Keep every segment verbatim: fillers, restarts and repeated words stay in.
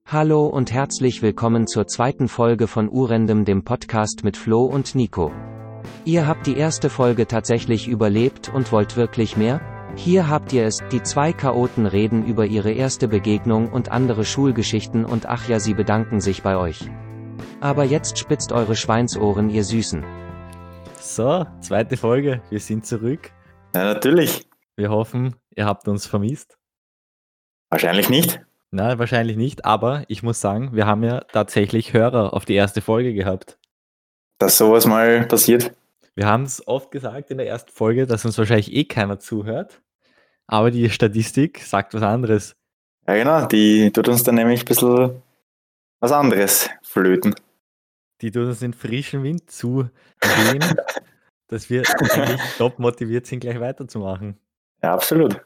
Hallo und herzlich willkommen zur zweiten Folge von Urrandom, dem Podcast mit Flo und Nico. Ihr habt die erste Folge tatsächlich überlebt und wollt wirklich mehr? Hier habt ihr es, die zwei Chaoten reden über ihre erste Begegnung und andere Schulgeschichten und ach ja, sie bedanken sich bei euch. Aber jetzt spitzt eure Schweinsohren, ihr Süßen. So, zweite Folge, wir sind zurück. Ja, natürlich. Wir hoffen, ihr habt uns vermisst. Wahrscheinlich nicht. Nein, wahrscheinlich nicht, aber ich muss sagen, wir haben ja tatsächlich Hörer auf die erste Folge gehabt. Dass sowas mal passiert. Wir haben es oft gesagt in der ersten Folge, dass uns wahrscheinlich eh keiner zuhört, aber die Statistik sagt was anderes. Ja genau, die tut uns dann nämlich ein bisschen was anderes flöten. Die tut uns den frischen Wind zugehen, dass wir eigentlich top motiviert sind, gleich weiterzumachen. Ja, absolut.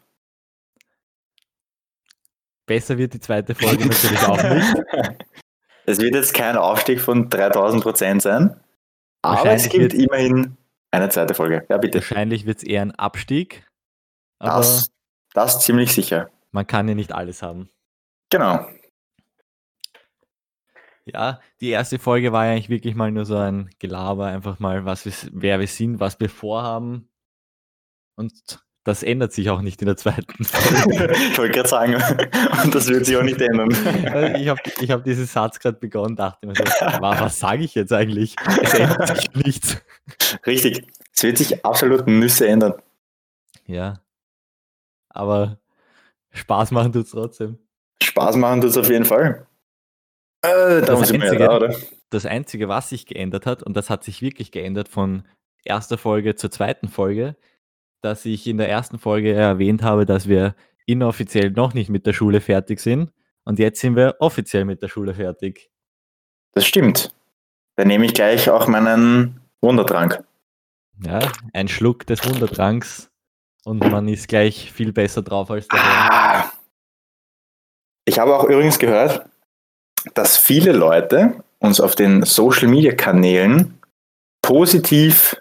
Besser wird die zweite Folge natürlich auch nicht. Es wird jetzt kein Aufstieg von dreitausend Prozent sein, aber es Wahrscheinlich gibt wird- immerhin eine zweite Folge. Ja, bitte. Wahrscheinlich wird es eher ein Abstieg, aber Das, das ziemlich sicher. man kann ja nicht alles haben. Genau. Ja, die erste Folge war ja eigentlich wirklich mal nur so ein Gelaber, einfach mal, was wir, wer wir sind, was wir vorhaben. Und das ändert sich auch nicht in der zweiten Folge. Ich wollte gerade sagen, und das wird sich auch nicht ändern. Also ich habe ich hab diesen Satz gerade begonnen, dachte mir so, wa- was sage ich jetzt eigentlich? Es ändert sich nichts. Richtig. Es wird sich absolut Nüsse ändern. Ja, aber Spaß machen tut's trotzdem. Spaß machen tut es auf jeden Fall. Äh, da Das muss ich mal Einzige- da, oder? Das Einzige, was sich geändert hat, und das hat sich wirklich geändert von erster Folge zur zweiten Folge, dass ich in der ersten Folge erwähnt habe, dass wir inoffiziell noch nicht mit der Schule fertig sind. Und jetzt sind wir offiziell mit der Schule fertig. Das stimmt. Dann nehme ich gleich auch meinen Wundertrank. Ja, ein Schluck des Wundertranks und man ist gleich viel besser drauf als daheim. Ah. Ich habe auch übrigens gehört, dass viele Leute uns auf den Social Media Kanälen positiv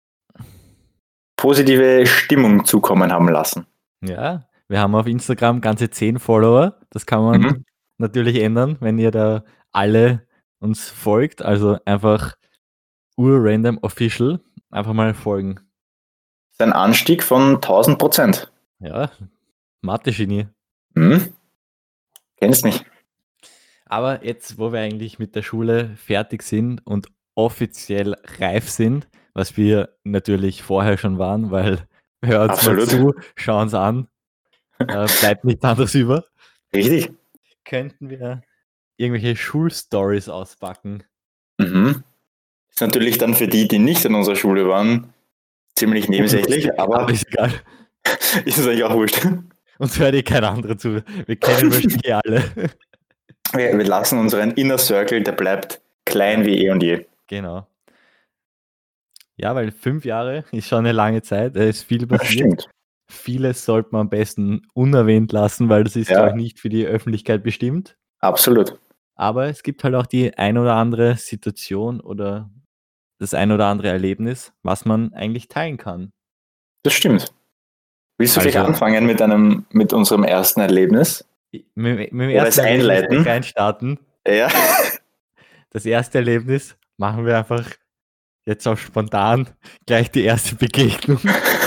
positive Stimmung zukommen haben lassen. Ja, wir haben auf Instagram ganze zehn Follower. Das kann man Mhm. natürlich ändern, wenn ihr da alle uns folgt. Also einfach urrandom official. Einfach mal folgen. Das ist ein Anstieg von tausend Prozent. Ja, Mathe-Genie. Hm? Kennst nicht. Aber jetzt, wo wir eigentlich mit der Schule fertig sind und offiziell reif sind, was wir natürlich vorher schon waren, weil wir hören uns mal Absolut. zu, schauen es an, äh, bleibt nichts anderes über, Richtig. könnten wir irgendwelche Schulstories auspacken. Mhm. Ist natürlich dann für die, die nicht in unserer Schule waren, ziemlich nebensächlich, Aber aber ist egal. ist es eigentlich auch wurscht. Uns hört eh kein anderer zu. Wir kennen wahrscheinlich eh alle. Wir, wir lassen unseren Inner Circle, der bleibt klein wie eh und je. Genau. Ja, weil fünf Jahre ist schon eine lange Zeit. Es ist viel Das passiert. stimmt. Vieles sollte man am besten unerwähnt lassen, weil das ist, Ja. glaube ich, nicht für die Öffentlichkeit bestimmt. Absolut. Aber es gibt halt auch die ein oder andere Situation oder das ein oder andere Erlebnis, was man eigentlich teilen kann. Das stimmt. Willst du Also- vielleicht anfangen mit einem, mit unserem ersten Erlebnis? Ich- Mit, mit dem Oder ersten es Erlebnis einleiten? gleich reinstarten. Ja. Das erste Erlebnis machen wir einfach jetzt auch spontan gleich die erste Begegnung.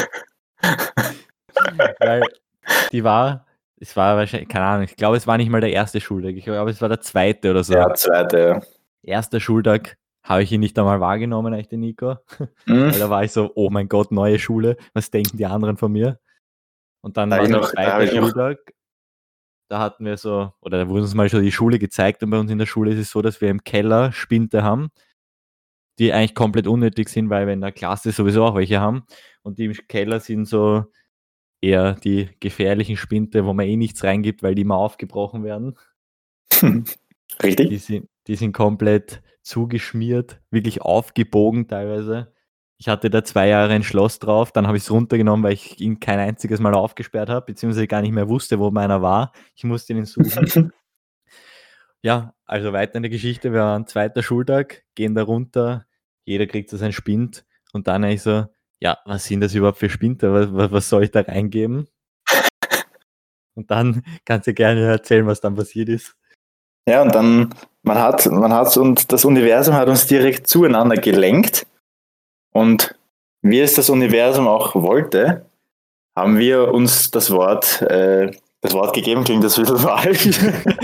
Weil die war, es war wahrscheinlich, keine Ahnung, ich glaube, es war nicht mal der erste Schultag. Ich glaube, es war der zweite oder so. Der zweite, ja. Erster Schultag habe ich ihn nicht einmal wahrgenommen, eigentlich den Nico. Hm. Weil da war ich so, oh mein Gott, neue Schule, was denken die anderen von mir? Und dann Da war hab ich der noch- da zweite hab ich noch- Schultag, da hatten wir so, oder da wurde uns mal schon die Schule gezeigt und bei uns in der Schule ist es so, dass wir im Keller Spinte haben, die eigentlich komplett unnötig sind, weil wir in der Klasse sowieso auch welche haben und die im Keller sind so eher die gefährlichen Spinte, wo man eh nichts reingibt, weil die immer aufgebrochen werden. Die Richtig? sind, die sind komplett zugeschmiert, wirklich aufgebogen teilweise. Ich hatte da zwei Jahre ein Schloss drauf, dann habe ich es runtergenommen, weil ich ihn kein einziges Mal aufgesperrt habe, beziehungsweise gar nicht mehr wusste, wo meiner war. Ich musste ihn suchen. Ja, also weiter in der Geschichte. Wir waren zweiter Schultag, gehen da runter, jeder kriegt so sein Spind und dann ich so, ja, was sind das überhaupt für Spinte? Was, was, was soll ich da reingeben? Und dann kannst du gerne erzählen, was dann passiert ist. Ja, und dann, man hat, man hat und das Universum hat uns direkt zueinander gelenkt. Und wie es das Universum auch wollte, haben wir uns das Wort, äh, das Wort gegeben, klingt das ein bisschen falsch.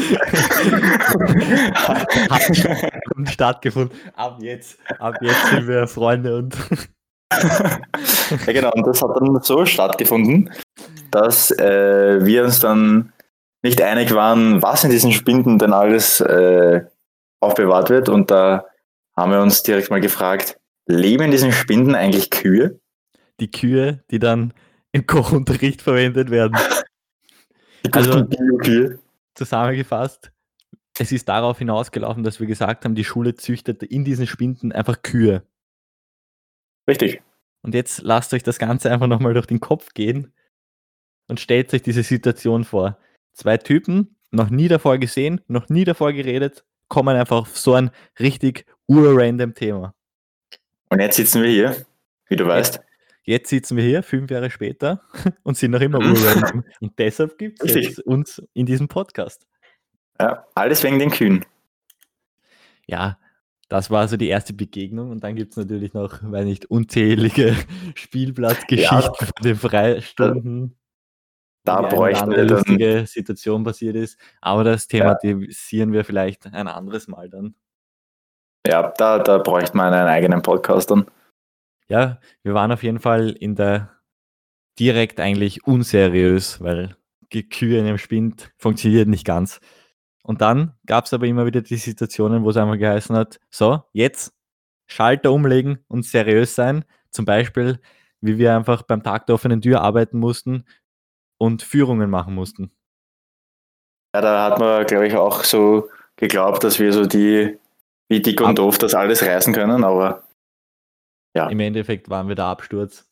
Hat schon stattgefunden. Ab jetzt, ab jetzt sind wir Freunde und Ja, genau, und das hat dann so stattgefunden, dass äh, wir uns dann nicht einig waren, was in diesen Spinden denn alles äh, aufbewahrt wird. Und da haben wir uns direkt mal gefragt, leben in diesen Spinden eigentlich Kühe? die Kühe, die dann im Kochunterricht verwendet werden. Die Also- guten Bio-Kühe. Zusammengefasst, es ist darauf hinausgelaufen, dass wir gesagt haben, die Schule züchtet in diesen Spinden einfach Kühe. Richtig. Und jetzt lasst euch das Ganze einfach nochmal durch den Kopf gehen und stellt euch diese Situation vor. Zwei Typen, noch nie davor gesehen, noch nie davor geredet, kommen einfach auf so ein richtig ur-random Thema. Und jetzt sitzen wir hier, wie du weißt. Jetzt sitzen wir hier, fünf Jahre später, und sind noch immer Mhm. ur-random. Und deshalb gibt es Richtig. jetzt uns in diesem Podcast. Ja, alles wegen den Kühen. Ja, das war so die erste Begegnung. Und dann gibt es natürlich noch, weiß nicht, unzählige Spielplatzgeschichten Ja. von den Freistunden. Da wo die eine oder bräuchten andere wir dann- lustige Situation passiert ist. Aber das thematisieren wir vielleicht ein anderes Mal dann. Ja, da, da bräuchte man einen eigenen Podcast dann. Ja, wir waren auf jeden Fall in der direkt eigentlich unseriös, weil die Kühe in dem Spind funktioniert nicht ganz. Und dann gab es aber immer wieder die Situationen, wo es einmal geheißen hat, so, jetzt Schalter umlegen und seriös sein. Zum Beispiel, wie wir einfach beim Tag der offenen Tür arbeiten mussten und Führungen machen mussten. Ja, da hat man, glaube ich, auch so geglaubt, dass wir so die, wie dick und Ab- doof das alles reißen können, aber Ja. Im Endeffekt waren wir der Absturz.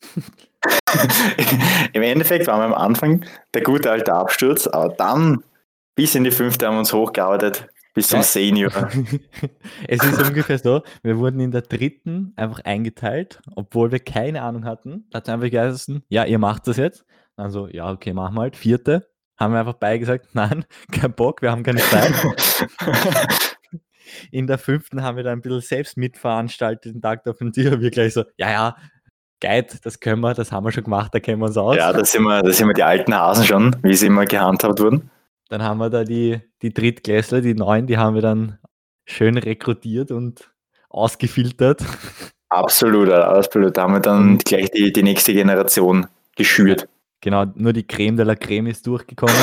im Endeffekt waren wir am Anfang der gute alte Absturz, aber dann bis in die fünfte haben wir uns hochgearbeitet, bis zum Ja. Senior. Es ist ungefähr so, wir wurden in der dritten einfach eingeteilt, obwohl wir keine Ahnung hatten. Da hat es einfach geheißen, ja, ihr macht das jetzt. Dann so, ja, okay, machen wir halt. Vierte, haben wir einfach beide gesagt, nein, kein Bock, wir haben keine Zeit. In der fünften haben wir dann ein bisschen selbst mitveranstaltet, den Tag auf dem Tür. Wir gleich so, ja, ja, Guide, das können wir, das haben wir schon gemacht, da kennen wir uns aus. Ja, da sind, wir, da sind wir die alten Hasen schon, wie sie immer gehandhabt wurden. Dann haben wir da die, die Drittklässler, die neuen, die haben wir dann schön rekrutiert und ausgefiltert. Absolut, absolut. Da haben wir dann gleich die, die nächste Generation geschürt. Genau, nur die Creme de la Creme ist durchgekommen.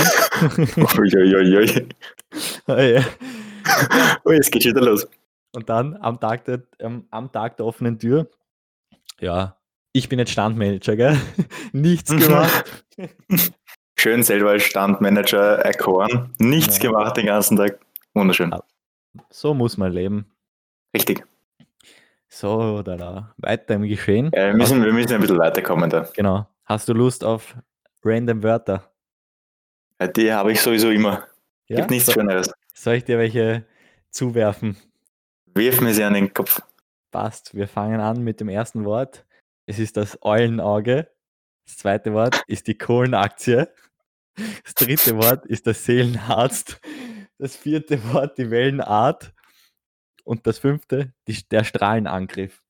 Uiuiui. Oh, ja. Oh, jetzt geht schon wieder los. Und dann am Tag, der, ähm, am Tag der offenen Tür, ja, ich bin jetzt Standmanager, gell? Nichts gemacht. Schön selber als Standmanager erkoren. Nichts Ja. gemacht den ganzen Tag. Wunderschön. Ja. So muss man leben. Richtig. So, da, da. Weiter im Geschehen. Ja, wir, müssen, wir müssen ein bisschen weiterkommen da. Genau. Hast du Lust auf random Wörter? Ja, die habe ich sowieso immer. Ja? Gibt nichts So, Schöneres. soll ich dir welche zuwerfen? Wirf mir sie an den Kopf. Passt. Wir fangen an mit dem ersten Wort. Es ist das Eulenauge. Das zweite Wort ist die Kohlenaktie. Das dritte Wort ist der Seelenarzt. Das vierte Wort die Wellenart. Und das fünfte die, der Strahlenangriff.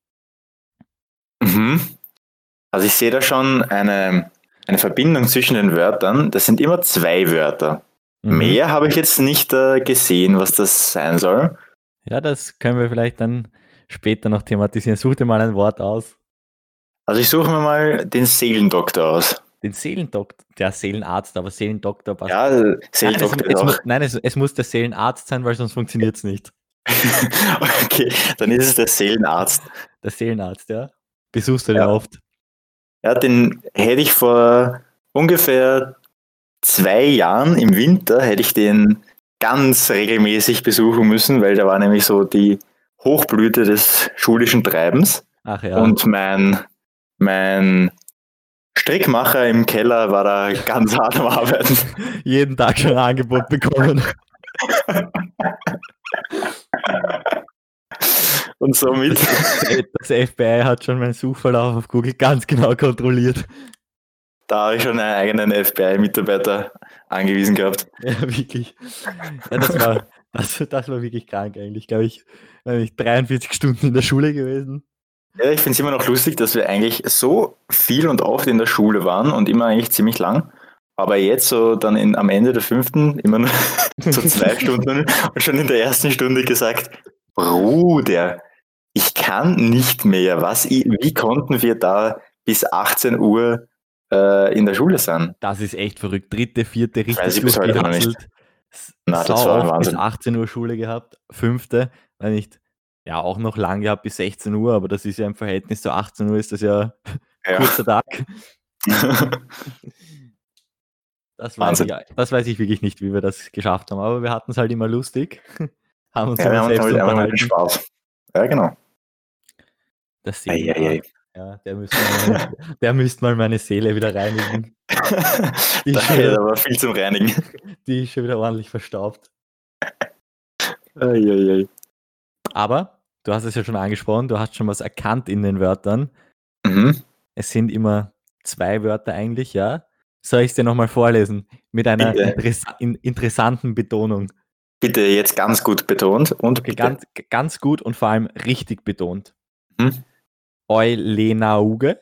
Mhm. Also ich sehe da schon eine, eine Verbindung zwischen den Wörtern. Das sind immer zwei Wörter. Mhm. Mehr habe ich jetzt nicht äh, gesehen, was das sein soll. Ja, das können wir vielleicht dann später noch thematisieren. Such dir mal ein Wort aus. Also ich suche mir mal den Seelendoktor aus. Den Seelendoktor, der Seelenarzt, aber Seelendoktor passt. Ja, nein, es, Seelendoktor es, ist auch. mu- nein es, es muss der Seelenarzt sein, weil sonst funktioniert es nicht. Okay, dann ist es der Seelenarzt. Der Seelenarzt, ja. Besuchst du den Ja. oft? Ja, den hätte ich vor ungefähr zwei Jahren im Winter, hätte ich den ganz regelmäßig besuchen müssen, weil da war nämlich so die Hochblüte des schulischen Treibens. Ach ja. Und mein, mein Strickmacher im Keller war da ganz hart am Arbeiten. jeden Tag schon ein Angebot bekommen. Und somit, Das F B I hat schon meinen Suchverlauf auf Google ganz genau kontrolliert. da habe ich schon einen eigenen F B I-Mitarbeiter angewiesen gehabt. Ja, wirklich. Ja, das war, Das, das war wirklich krank eigentlich, glaube ich. Weiß nicht, dreiundvierzig Stunden in der Schule gewesen. Ja, ich finde es immer noch lustig, dass wir eigentlich so viel und oft in der Schule waren und immer eigentlich ziemlich lang. Aber jetzt so dann in, am Ende der fünften immer nur so zwei Stunden und schon in der ersten Stunde gesagt, Bruder, ich kann nicht mehr. Was, i- wie konnten wir da bis achtzehn Uhr äh, in der Schule sein? Das ist echt verrückt. Dritte, vierte, richtig Weiß ich bis heute noch nicht. durchgehasselt. S- Na, das Sau war oft bis Wahnsinn. achtzehn Uhr Schule gehabt. Fünfte, weil nicht, ja, auch noch lang gehabt bis sechzehn Uhr, aber das ist ja im Verhältnis zu achtzehn Uhr ist das ja Ja. kurzer Tag. Das weiß, Wahnsinn. ich, das weiß ich wirklich nicht, wie wir das geschafft haben, aber wir hatten es halt immer lustig. Haben uns Ja, wir immer haben selbst damit einfach mal unterhalten. Spaß. Ja, genau. Das Ei, ei, ei. ja, der müsste mal, der müsste mal meine Seele wieder reinigen. Die Da ist, schon hätte wieder, aber viel zum Reinigen. die ist schon wieder ordentlich verstaubt. Ei, ei, ei. Aber du hast es ja schon angesprochen, du hast schon was erkannt in den Wörtern. Mhm. Es sind immer zwei Wörter eigentlich, ja. Soll ich es dir nochmal vorlesen? Mit einer Bitte. interessa in, interessanten Betonung. Bitte jetzt ganz gut betont und Okay, bitte. ganz, ganz gut und vor allem richtig betont. Mhm. Eulenauge,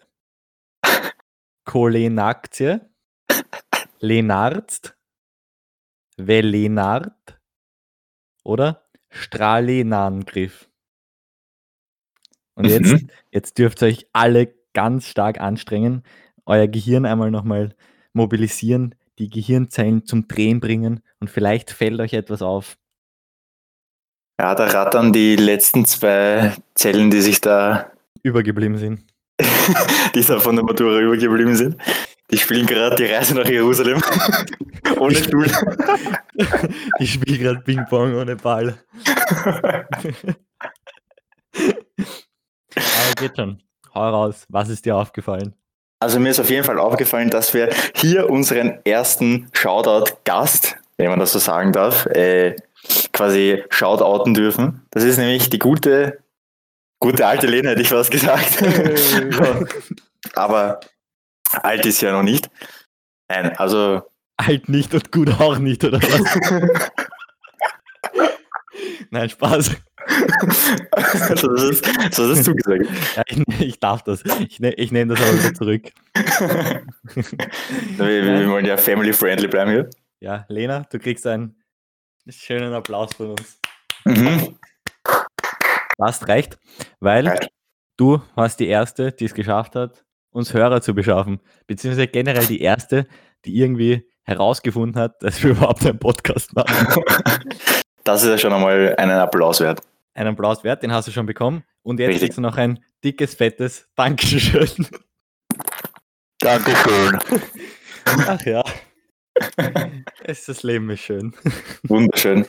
Kolenaktie, Lenarzt, Velenard oder Strahlenangriff. Und jetzt, Mhm. jetzt dürft ihr euch alle ganz stark anstrengen, euer Gehirn einmal nochmal mobilisieren, die Gehirnzellen zum Drehen bringen und vielleicht fällt euch etwas auf. Ja, da rattern die letzten zwei Zellen, die sich da, Übergeblieben sind. die da von der Matura übergeblieben sind. Die spielen gerade die Reise nach Jerusalem. Ohne Stuhl. Ich spiele gerade Ping-Pong ohne Ball. Aber geht schon. Hau raus. Was ist dir aufgefallen? Also mir ist auf jeden Fall aufgefallen, dass wir hier unseren ersten Shoutout-Gast, wenn man das so sagen darf, äh, quasi shoutouten dürfen. Das ist nämlich die gute, gute alte Lena, hätte ich fast gesagt. Aber alt ist ja noch nicht. Nein, also Alt nicht und gut auch nicht, oder was? Nein, Spaß. so das ist, so das ist zugesagt. Ja, ich, ich darf das. Ich, ne, ich nehme das aber wieder zurück. wir, wir wollen ja family-friendly bleiben hier. Ja, Lena, du kriegst einen schönen Applaus von uns. Mhm. Das reicht, weil Reicht. du warst die Erste, die es geschafft hat, uns Hörer zu beschaffen. Beziehungsweise generell die Erste, die irgendwie herausgefunden hat, dass wir überhaupt einen Podcast machen. Das ist ja schon einmal einen Applaus wert. Einen Applaus wert, den hast du schon bekommen. Und jetzt Richtig. kriegst du noch ein dickes, fettes Dankeschön. Dankeschön. Ach ja. Es, das Leben ist schön. Wunderschön.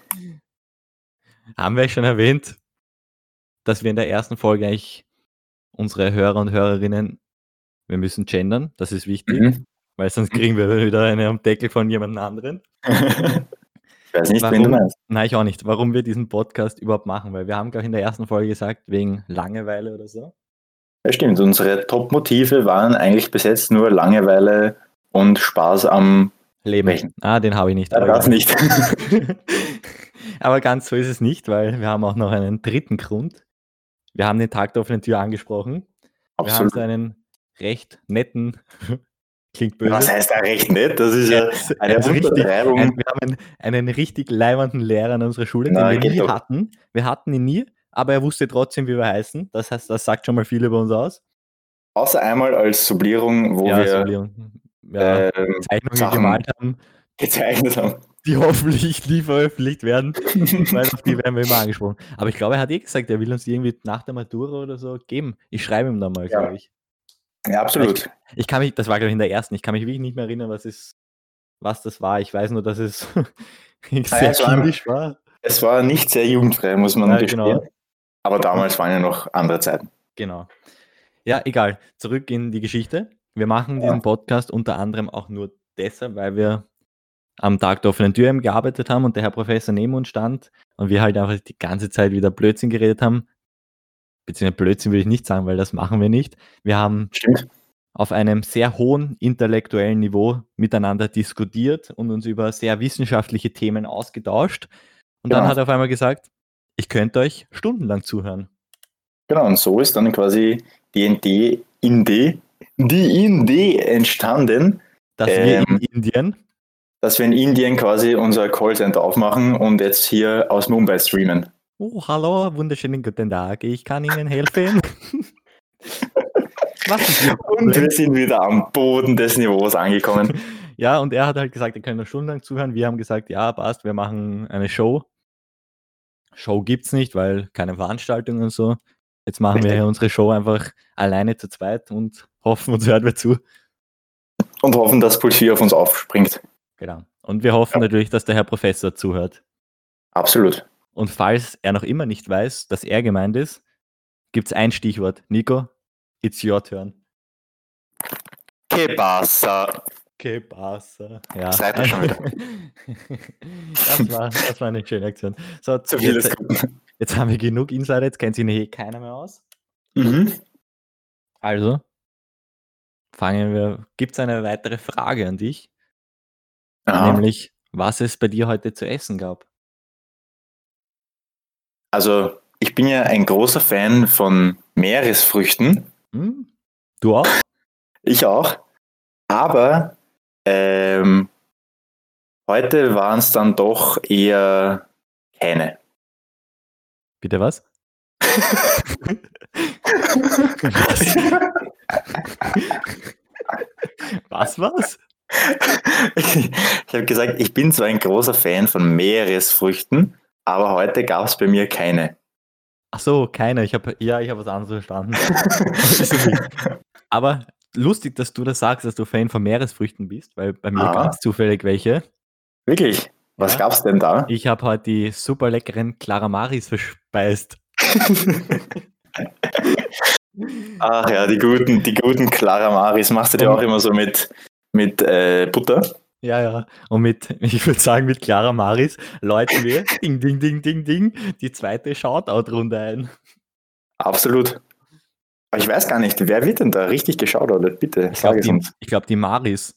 Haben wir schon erwähnt, dass wir in der ersten Folge eigentlich unsere Hörer und Hörerinnen, wir müssen gendern, das ist wichtig, Mhm. weil sonst kriegen wir wieder eine am Deckel von jemand anderen. Ich weiß nicht, wen du Warum? meinst. Nein, ich auch nicht. Warum wir diesen Podcast überhaupt machen, weil wir haben, glaube ich, in der ersten Folge gesagt, wegen Langeweile oder so. Ja, stimmt. Unsere Top-Motive waren eigentlich bis jetzt nur Langeweile und Spaß am Leben. Welchen? Ah, den habe ich nicht. Ja, aber das egal. nicht. Aber ganz so ist es nicht, weil wir haben auch noch einen dritten Grund. Wir haben den Tag der offenen Tür angesprochen. Wir haben Absolut. so einen recht netten, klingt böse. Was heißt da recht nett? Das ist Ja, ja es- eine es ist richtig, Untertreibung. ein, wir haben einen, einen richtig leibernden Lehrer an unserer Schule, Na, den wir geht nie doch. hatten. Wir hatten ihn nie, aber er wusste trotzdem, wie wir heißen. Das heißt, das sagt schon mal viel über uns aus. Außer einmal als Sublierung, wo ja, wir Sublierung. Ja, ähm, Zeichnungen Sachen gemalt haben, gezeichnet haben. die hoffentlich nie veröffentlicht werden, weil auf die werden wir immer angesprochen. Aber ich glaube, er hat eh gesagt, er will uns die irgendwie nach der Matura oder so geben. Ich schreibe ihm dann mal, Ja. glaube ich. Ja, absolut. Ich kann mich, das war glaube ich in der ersten, ich kann mich wirklich nicht mehr erinnern, was, ist, was das war. Ich weiß nur, dass es sehr es war ein- kindisch war. Es war nicht sehr jugendfrei, muss man Ja, gestehen. genau. Aber damals waren ja noch andere Zeiten. Genau. Ja, egal. Zurück in die Geschichte. Wir machen diesen Ja. Podcast unter anderem auch nur deshalb, weil wir am Tag der offenen Tür eben gearbeitet haben und der Herr Professor neben uns stand und wir halt einfach die ganze Zeit wieder Blödsinn geredet haben. Beziehungsweise Blödsinn würde ich nicht sagen, weil das machen wir nicht. Wir haben Stimmt. auf einem sehr hohen intellektuellen Niveau miteinander diskutiert und uns über sehr wissenschaftliche Themen ausgetauscht. Und dann Genau. hat er auf einmal gesagt, ich könnte euch stundenlang zuhören. Genau, und so ist dann quasi die Idee, Idee, die Idee entstanden, Dass wir in Ähm, Indien, dass wir in Indien quasi unser Callcenter aufmachen und jetzt hier aus Mumbai streamen. oh hallo, wunderschönen guten Tag, ich kann Ihnen helfen. Was ist Ihr Und Problem? wir sind wieder am Boden des Niveaus angekommen. Ja, und er hat halt gesagt, er könnte noch stundenlang zuhören. Wir haben gesagt, ja, passt, wir machen eine Show. Show gibt's nicht, weil keine Veranstaltung und so. Jetzt machen wir Richtig. hier unsere Show einfach alleine zu zweit und hoffen, uns hört wer zu. Und hoffen, dass Puls vier auf uns aufspringt. Genau. Und wir hoffen natürlich, dass der Herr Professor zuhört. Absolut. Und falls er noch immer nicht weiß, dass er gemeint ist, gibt's ein Stichwort. Nico, it's your turn. Que pasa? Que pasa. Ja. Das reicht doch schon wieder. das, war, das war eine schöne Aktion. So, Zu viel jetzt, des Guten. jetzt haben wir genug Insider, jetzt kennt sich eh keiner mehr aus. Mhm. Also, fangen wir. Gibt es eine weitere Frage an dich? Aha. Nämlich, was es bei dir heute zu essen gab? Also, ich bin ja ein großer Fan von Meeresfrüchten. Hm? Du auch? Ich auch. Aber ähm, heute waren es dann doch eher keine. Bitte was? was? Was was? Ich habe gesagt, ich bin zwar ein großer Fan von Meeresfrüchten, aber heute gab es bei mir keine. Ach so, keine. Ich habe ja, ich habe was anderes verstanden. Ist okay. Aber lustig, dass du das sagst, dass du Fan von Meeresfrüchten bist, weil bei mir Ah. gab es zufällig welche. Wirklich? Was Ja. gab's denn da? Ich habe heute die super leckeren Claramaris verspeist. Ach ja, die guten, die guten Claramaris. Machst du die Und- auch immer so mit, mit äh, Butter? Ja, ja. Und mit, ich würde sagen, mit Claramaris läuten wir ding, ding, ding, ding, ding die zweite Shoutout-Runde ein. Absolut. Aber ich weiß gar nicht, wer wird denn da richtig geschaut, oder? Bitte, Ich sag glaube, es die, uns. ich glaub, die Maris.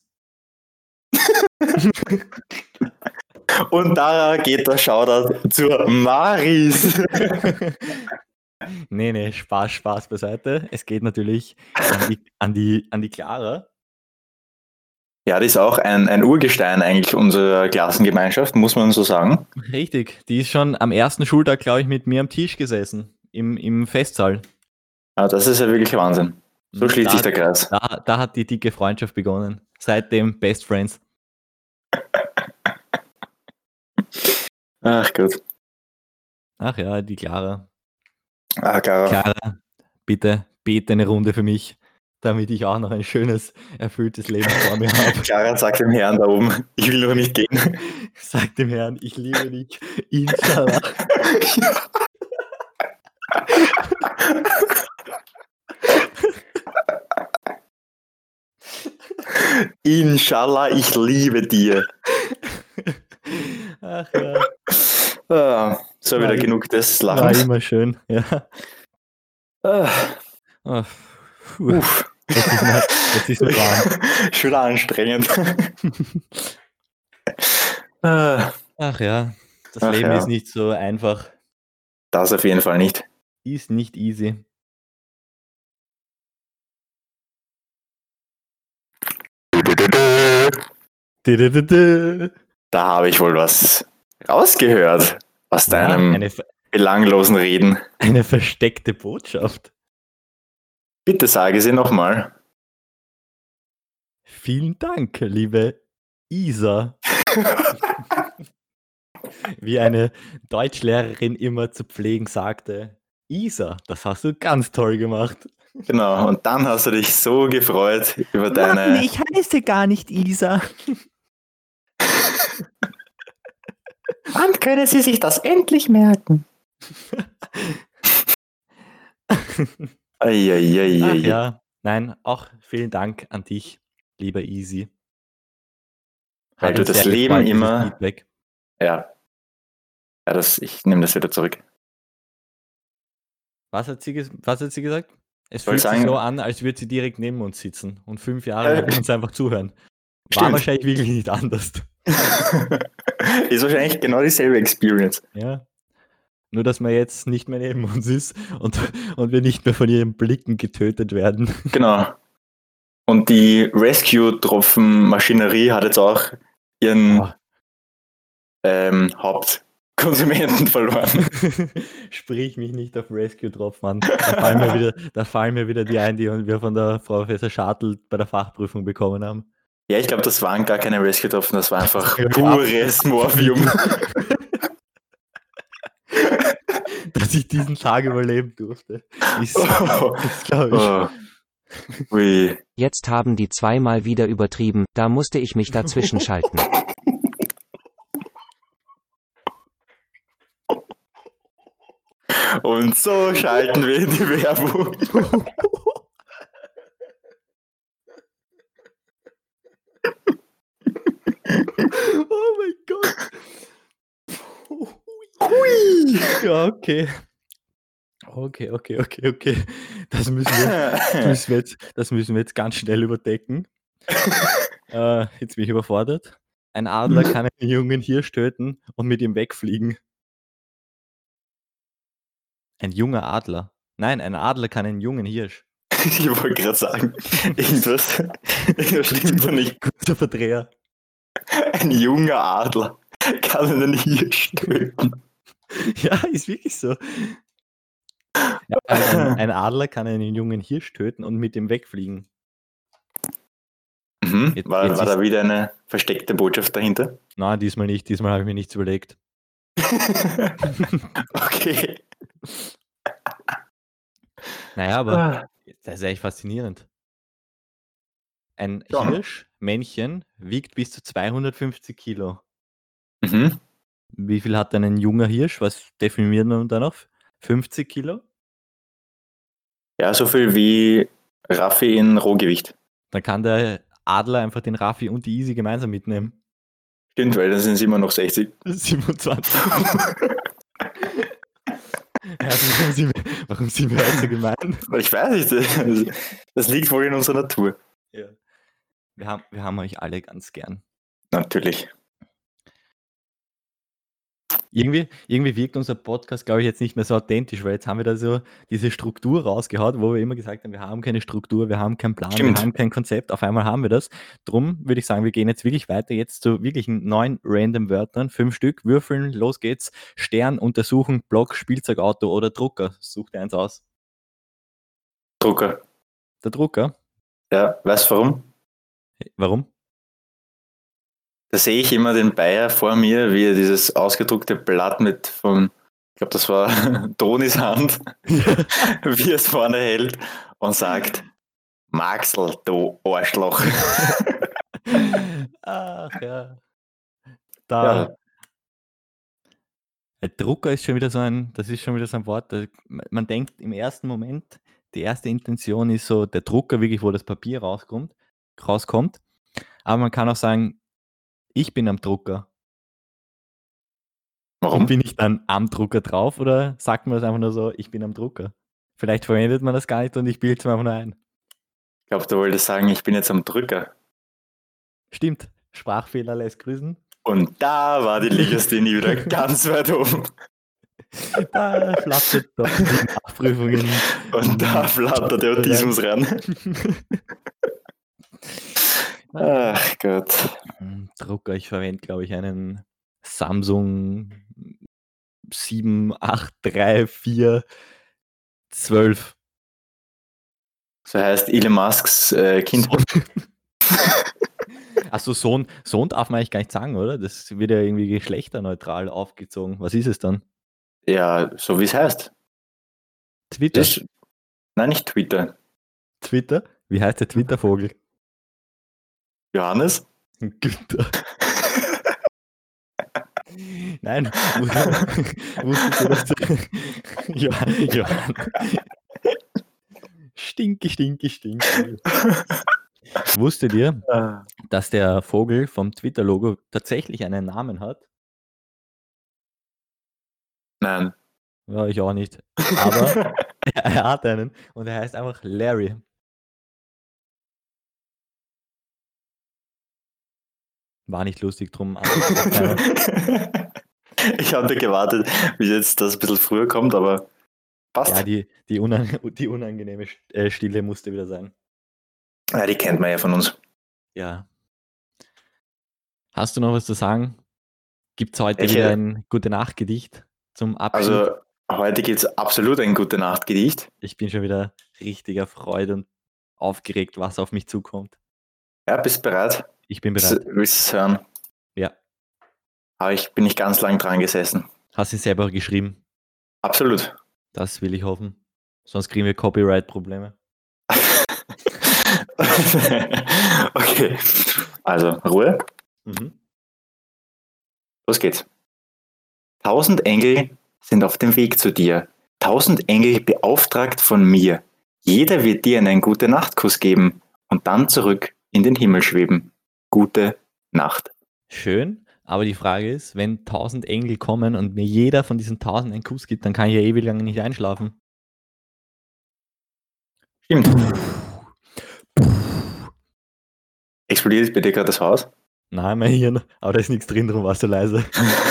Und da geht der Shoutout zur Maris. nee, nee, Spaß, Spaß beiseite. Es geht natürlich an die, an die, an die Clara. Ja, die ist auch ein, ein Urgestein eigentlich unserer Klassengemeinschaft, muss man so sagen. Richtig, die ist schon am ersten Schultag, glaube ich, mit mir am Tisch gesessen. Im, im Festsaal. Aber das ist ja wirklich Wahnsinn. So schließt da, sich der Kreis. Da, da hat die dicke Freundschaft begonnen. Seitdem Best Friends. Ach Gott. Ach ja, die Clara. Ah, Clara. Clara, bitte bete eine Runde für mich, damit ich auch noch ein schönes, erfülltes Leben vor mir habe. Clara sagt dem Herrn da oben, ich will noch nicht gehen. Sag dem Herrn, ich liebe dich. Inshallah. Inshallah, ich liebe dir. Ach ja, Ah, so War wieder i- genug des war Lachens. immer schön. Ja. Ah, Oh, puh. uff. Jetzt ist mir, jetzt ist mir warm. Schon anstrengend. Ah, Ach ja, das Ach Leben ja. ist nicht so einfach. das auf jeden Fall nicht. Ist nicht easy. Didididi. Da habe ich wohl was rausgehört aus Ja, deinem eine, ver- belanglosen Reden. eine versteckte Botschaft. Bitte sage sie nochmal. Vielen Dank, liebe Isa. Wie eine Deutschlehrerin immer zu pflegen sagte, Isa, das hast du ganz toll gemacht. Genau, und dann hast du dich so gefreut über deine. heiße gar nicht Isa. Wann können Sie sich das endlich merken? Eieieiei. Ach ja, nein, auch vielen Dank an dich, lieber Easy. Weil Hat du uns das sehr Leben gefreut, dieses immer- Feedback. Ja. Ja, das, ich nehme das wieder zurück. Was hat sie, ges- was hat sie gesagt? Es Soll fühlt ich sich sagen- so an, als würde sie direkt neben uns sitzen und fünf Jahre Ja. lang uns einfach zuhören. War Stimmt. wahrscheinlich wirklich nicht anders. Ist wahrscheinlich genau dieselbe Experience. Ja. Nur, dass man jetzt nicht mehr neben uns ist und, und wir nicht mehr von ihren Blicken getötet werden. Genau. Und die Rescue-Tropfen-Maschinerie hat jetzt auch ihren Oh. ähm, Hauptkonsumenten verloren. Sprich mich nicht auf Rescue-Tropfen an. Da fallen, mir wieder, da fallen mir wieder die ein, die wir von der Frau Professor Schartl bei der Fachprüfung bekommen haben. Ja, ich glaube, das waren gar keine Rescue-Tropfen, das war einfach Ja, pures Morphium. Dass ich diesen Tag überleben durfte. Ist, Oh. ist glaube ich. Oh. Ui. Jetzt haben die zweimal wieder übertrieben, da musste ich mich dazwischen schalten. Und so schalten wir in die Werbung. Oh mein Gott. Hui. Ja, okay. Okay, okay, okay, okay. Das müssen wir, das müssen wir, jetzt, das müssen wir jetzt ganz schnell überdecken. äh, jetzt bin ich überfordert. Ein Adler kann einen jungen Hirsch töten und mit ihm wegfliegen. Ein junger Adler. Nein, ein Adler kann einen jungen Hirsch. Ich wollte gerade sagen, irgendwas, irgendwas stimmt da nicht. Kurzer Verdreher. Ein junger Adler kann einen Hirsch töten. Ja, ist wirklich so. Ja, ein, ein Adler kann einen jungen Hirsch töten und mit ihm wegfliegen. Mhm. Jetzt- War, jetzt war da ist- wieder eine versteckte Botschaft dahinter? Nein, diesmal nicht. Diesmal habe ich mir nichts überlegt. Okay. Naja, aber Ah. das ist echt faszinierend. Ein Ja. Hirschmännchen wiegt bis zu zweihundertfünfzig Kilo. Mhm. Wie viel hat denn ein junger Hirsch? Was definiert man da noch? fünfzig Kilo? Ja, so viel wie Raffi in Rohgewicht. Dann kann der Adler einfach den Raffi und die Easy gemeinsam mitnehmen. Stimmt, weil dann sind es immer noch sechzig. siebenundzwanzig. Ja, warum, sind wir, warum sind wir heute so gemein? Ich weiß nicht, das, das liegt wohl in unserer Natur. Ja. Wir, haben, wir haben euch alle ganz gern. Natürlich. Irgendwie, irgendwie wirkt unser Podcast, glaube ich, jetzt nicht mehr so authentisch, weil jetzt haben wir da so diese Struktur rausgehaut, wo wir immer gesagt haben, wir haben keine Struktur, wir haben keinen Plan, Stimmt. wir haben kein Konzept. Auf einmal haben wir das. Drum würde ich sagen, wir gehen jetzt wirklich weiter, jetzt zu wirklichen neun random Wörtern, fünf Stück, würfeln, los geht's. Stern, untersuchen, Block, Spielzeugauto oder Drucker. Such dir eins aus. Drucker. Der Drucker. Ja, weißt du warum? Warum? Da sehe ich immer den Bayer vor mir, wie er dieses ausgedruckte Blatt mit von, ich glaube, das war Tonis Hand, wie er es vorne hält und sagt, Maxl, du Arschloch. Ach ja. Da. Ja. Ein Drucker ist schon wieder so ein, das ist schon wieder so ein Wort, da, man denkt im ersten Moment, die erste Intention ist so der Drucker, wirklich, wo das Papier rauskommt, rauskommt. Aber man kann auch sagen, ich bin am Drucker. Warum? Und bin ich dann am Drucker drauf oder sagt man das einfach nur so, ich bin am Drucker? Vielleicht verwendet man das gar nicht und ich bilde es mir einfach nur ein. Ich glaube, du wolltest sagen, ich bin jetzt am Drücker. Stimmt, Sprachfehler lässt grüßen. Und da war die Legasthenie wieder ganz weit oben. Da flattert doch die Nachprüfungen. Und da flattert der Autismus ran. Ach Gott. Drucker, ich verwende, glaube ich, einen Samsung sieben acht drei vier zwölf. So heißt Elon Musks äh, Kind. Achso, Sohn, Sohn darf man eigentlich gar nicht sagen, oder? Das wird ja irgendwie geschlechterneutral aufgezogen. Was ist es dann? Ja, so wie es heißt. Twitter. Das, nein, nicht Twitter. Twitter? Wie heißt der Twitter-Vogel? Johannes? Günther. Nein, wusstest du, dass du... Johann, Johann. Stinky, stinky, stinky. Wusstet ihr, Ah. dass der Vogel vom Twitter-Logo tatsächlich einen Namen hat? Nein. Ja, ich auch nicht. Aber er hat einen und er heißt einfach Larry. War nicht lustig drum. Ich hatte gewartet, bis jetzt das ein bisschen früher kommt, aber passt. Ja, die, die, unang die unangenehme Stille musste wieder sein. Ja, die kennt man ja von uns. Ja. Hast du noch was zu sagen? Gibt es heute Ich, wieder äh, ein Gute-Nacht-Gedicht zum Abschied? Also heute gibt es absolut ein Gute-Nacht-Gedicht. Ich bin schon wieder richtiger Freude und aufgeregt, was auf mich zukommt. Ja, bist du bereit? Ich bin bereit. Willst du es hören? Ja. Aber ich bin nicht ganz lang dran gesessen. Hast du es selber geschrieben? Absolut. Das will ich hoffen. Sonst kriegen wir Copyright-Probleme. Okay, also Ruhe. Mhm. Los geht's. Tausend Engel sind auf dem Weg zu dir. Tausend Engel beauftragt von mir. Jeder wird dir einen Gute-Nacht-Kuss geben und dann zurück in den Himmel schweben. Gute Nacht. Schön, aber die Frage ist, wenn tausend Engel kommen und mir jeder von diesen tausend einen Kuss gibt, dann kann ich ja ewig lange nicht einschlafen. Stimmt. Explodiert bei dir gerade das Haus? Nein, mein Hirn, aber da ist nichts drin, darum warst du leise.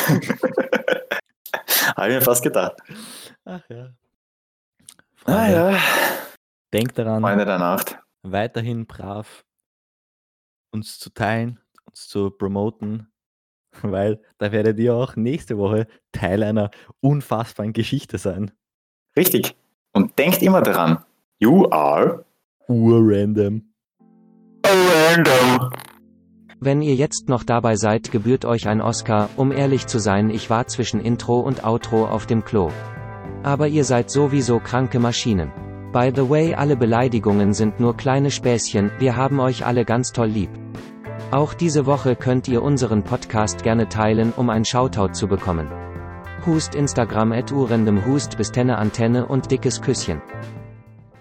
Habe ich mir fast gedacht. Ach ja. Ah ja. Denk daran, Freunde der Nacht. weiterhin brav uns zu teilen, uns zu promoten, weil da werdet ihr auch nächste Woche Teil einer unfassbaren Geschichte sein. Richtig. Und denkt immer daran, you are Urrandom. random. Wenn ihr jetzt noch dabei seid, gebührt euch ein Oscar. Um ehrlich zu sein, ich war zwischen Intro und Outro auf dem Klo. Aber ihr seid sowieso kranke Maschinen. By the way, alle Beleidigungen sind nur kleine Späßchen, wir haben euch alle ganz toll lieb. Auch diese Woche könnt ihr unseren Podcast gerne teilen, um ein Shoutout zu bekommen. Hust Instagram at urrandom hust bis Tenne Antenne und dickes Küsschen.